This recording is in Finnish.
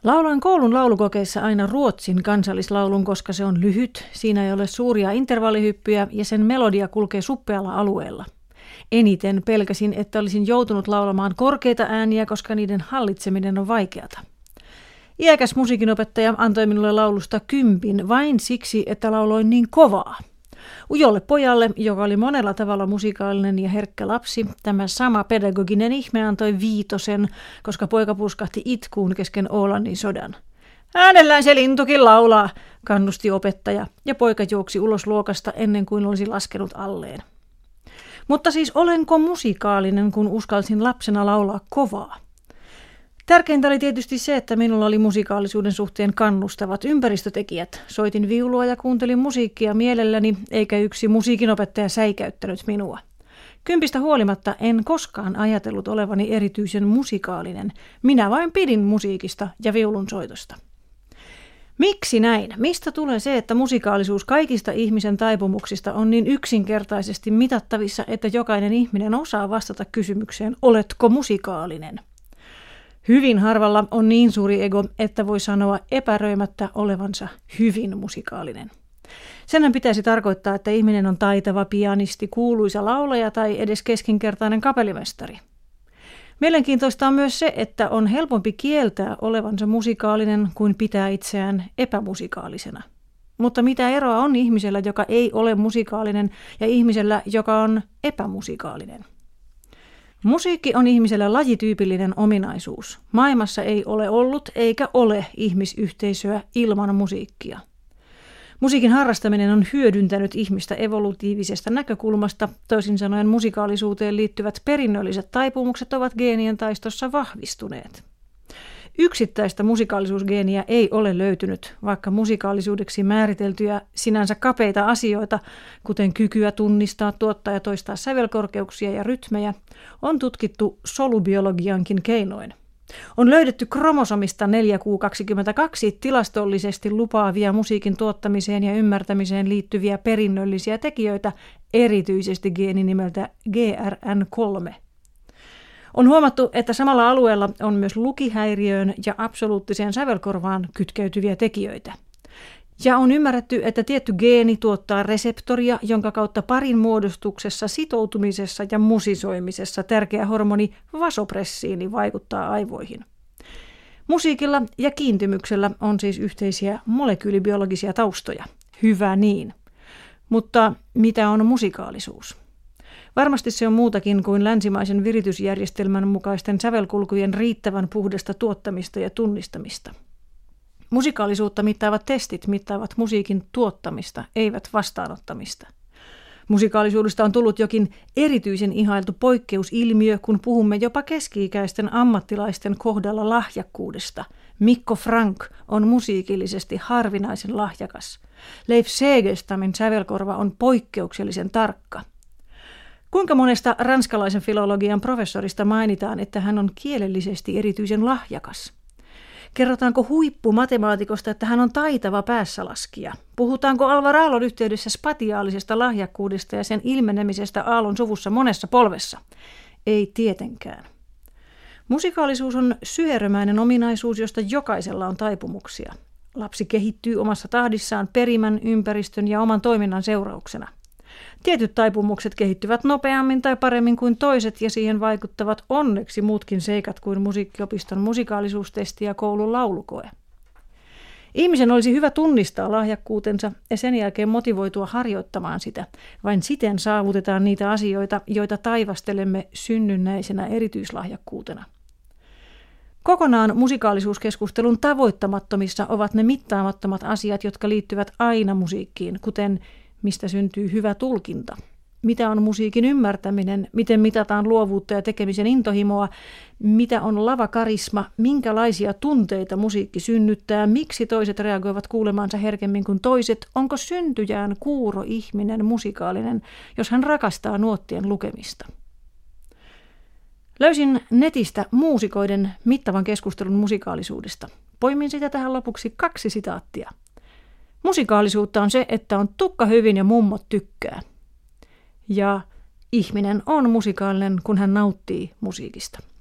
Lauloin koulun laulukokeissa aina ruotsin kansallislaulun, koska se on lyhyt, siinä ei ole suuria intervallihyppyjä ja sen melodia kulkee suppealla alueella. Eniten pelkäsin, että olisin joutunut laulamaan korkeita ääniä, koska niiden hallitseminen on vaikeata. Iäkäs musiikinopettaja antoi minulle laulusta 10 vain siksi, että lauloin niin kovaa. Ujolle pojalle, joka oli monella tavalla musikaalinen ja herkkä lapsi, tämä sama pedagoginen ihme antoi 5, koska poika puskahti itkuun kesken Ålannin sodan. Äänellään se lintukin laulaa, kannusti opettaja, ja poika juoksi ulos luokasta ennen kuin olisi laskenut alleen. Mutta siis olenko musikaalinen, kun uskalsin lapsena laulaa kovaa? Tärkeintä oli tietysti se, että minulla oli musikaalisuuden suhteen kannustavat ympäristötekijät. Soitin viulua ja kuuntelin musiikkia mielelläni, eikä yksi musiikinopettaja säikäyttänyt minua. 10 huolimatta en koskaan ajatellut olevani erityisen musikaalinen. Minä vain pidin musiikista ja viulun soitosta. Miksi näin? Mistä tulee se, että musikaalisuus kaikista ihmisen taipumuksista on niin yksinkertaisesti mitattavissa, että jokainen ihminen osaa vastata kysymykseen, oletko musikaalinen? Hyvin harvalla on niin suuri ego, että voi sanoa epäröimättä olevansa hyvin musikaalinen. Senhän pitäisi tarkoittaa, että ihminen on taitava pianisti, kuuluisa laulaja tai edes keskinkertainen kapellimestari. Mielenkiintoista on myös se, että on helpompi kieltää olevansa musikaalinen kuin pitää itseään epämusikaalisena. Mutta mitä eroa on ihmisellä, joka ei ole musikaalinen, ja ihmisellä, joka on epämusikaalinen? Musiikki on ihmiselle lajityypillinen ominaisuus. Maailmassa ei ole ollut eikä ole ihmisyhteisöä ilman musiikkia. Musiikin harrastaminen on hyödyntänyt ihmistä evolutiivisesta näkökulmasta, toisin sanoen musikaalisuuteen liittyvät perinnölliset taipumukset ovat geenien taistossa vahvistuneet. Yksittäistä musikaalisuusgeeniä ei ole löytynyt, vaikka musikaalisuudeksi määriteltyjä sinänsä kapeita asioita, kuten kykyä tunnistaa, tuottaa ja toistaa sävelkorkeuksia ja rytmejä, on tutkittu solubiologiankin keinoin. On löydetty kromosomista 4q22 tilastollisesti lupaavia musiikin tuottamiseen ja ymmärtämiseen liittyviä perinnöllisiä tekijöitä, erityisesti geeni nimeltä GRN3. On huomattu, että samalla alueella on myös lukihäiriöön ja absoluuttiseen sävelkorvaan kytkeytyviä tekijöitä. Ja on ymmärretty, että tietty geeni tuottaa reseptoria, jonka kautta parin muodostuksessa, sitoutumisessa ja musisoimisessa tärkeä hormoni vasopressiini vaikuttaa aivoihin. Musiikilla ja kiintymyksellä on siis yhteisiä molekyylibiologisia taustoja. Hyvä niin. Mutta mitä on musikaalisuus? Varmasti se on muutakin kuin länsimaisen viritysjärjestelmän mukaisten sävelkulkujen riittävän puhdasta tuottamista ja tunnistamista. Musikaalisuutta mittaavat testit mittaavat musiikin tuottamista, eivät vastaanottamista. Musikaalisuudesta on tullut jokin erityisen ihailtu poikkeusilmiö, kun puhumme jopa keski-ikäisten ammattilaisten kohdalla lahjakkuudesta. Mikko Frank on musiikillisesti harvinaisen lahjakas. Leif Segerstamin sävelkorva on poikkeuksellisen tarkka. Kuinka monesta ranskalaisen filologian professorista mainitaan, että hän on kielellisesti erityisen lahjakas? Kerrotaanko huippumatemaatikosta, että hän on taitava päässälaskija? Puhutaanko Alvar Aallon yhteydessä spatiaalisesta lahjakkuudesta ja sen ilmenemisestä Aallon suvussa monessa polvessa? Ei tietenkään. Musikaalisuus on syherömäinen ominaisuus, josta jokaisella on taipumuksia. Lapsi kehittyy omassa tahdissaan perimän, ympäristön ja oman toiminnan seurauksena. Tietyt taipumukset kehittyvät nopeammin tai paremmin kuin toiset ja siihen vaikuttavat onneksi muutkin seikat kuin musiikkiopiston musikaalisuustesti ja koulun laulukoe. Ihmisen olisi hyvä tunnistaa lahjakkuutensa ja sen jälkeen motivoitua harjoittamaan sitä. Vain siten saavutetaan niitä asioita, joita taivastelemme synnynnäisenä erityislahjakkuutena. Kokonaan musikaalisuuskeskustelun tavoittamattomissa ovat ne mittaamattomat asiat, jotka liittyvät aina musiikkiin, kuten mistä syntyy hyvä tulkinta, mitä on musiikin ymmärtäminen, miten mitataan luovuutta ja tekemisen intohimoa, mitä on lavakarisma, minkälaisia tunteita musiikki synnyttää, miksi toiset reagoivat kuulemaansa herkemmin kuin toiset, onko syntyjään kuuro ihminen musikaalinen, jos hän rakastaa nuottien lukemista. Löysin netistä muusikoiden mittavan keskustelun musikaalisuudesta. Poimin sitä tähän lopuksi 2 sitaattia. Musikaalisuutta on se, että on tukka hyvin ja mummot tykkää. Ja ihminen on musikaalinen, kun hän nauttii musiikista.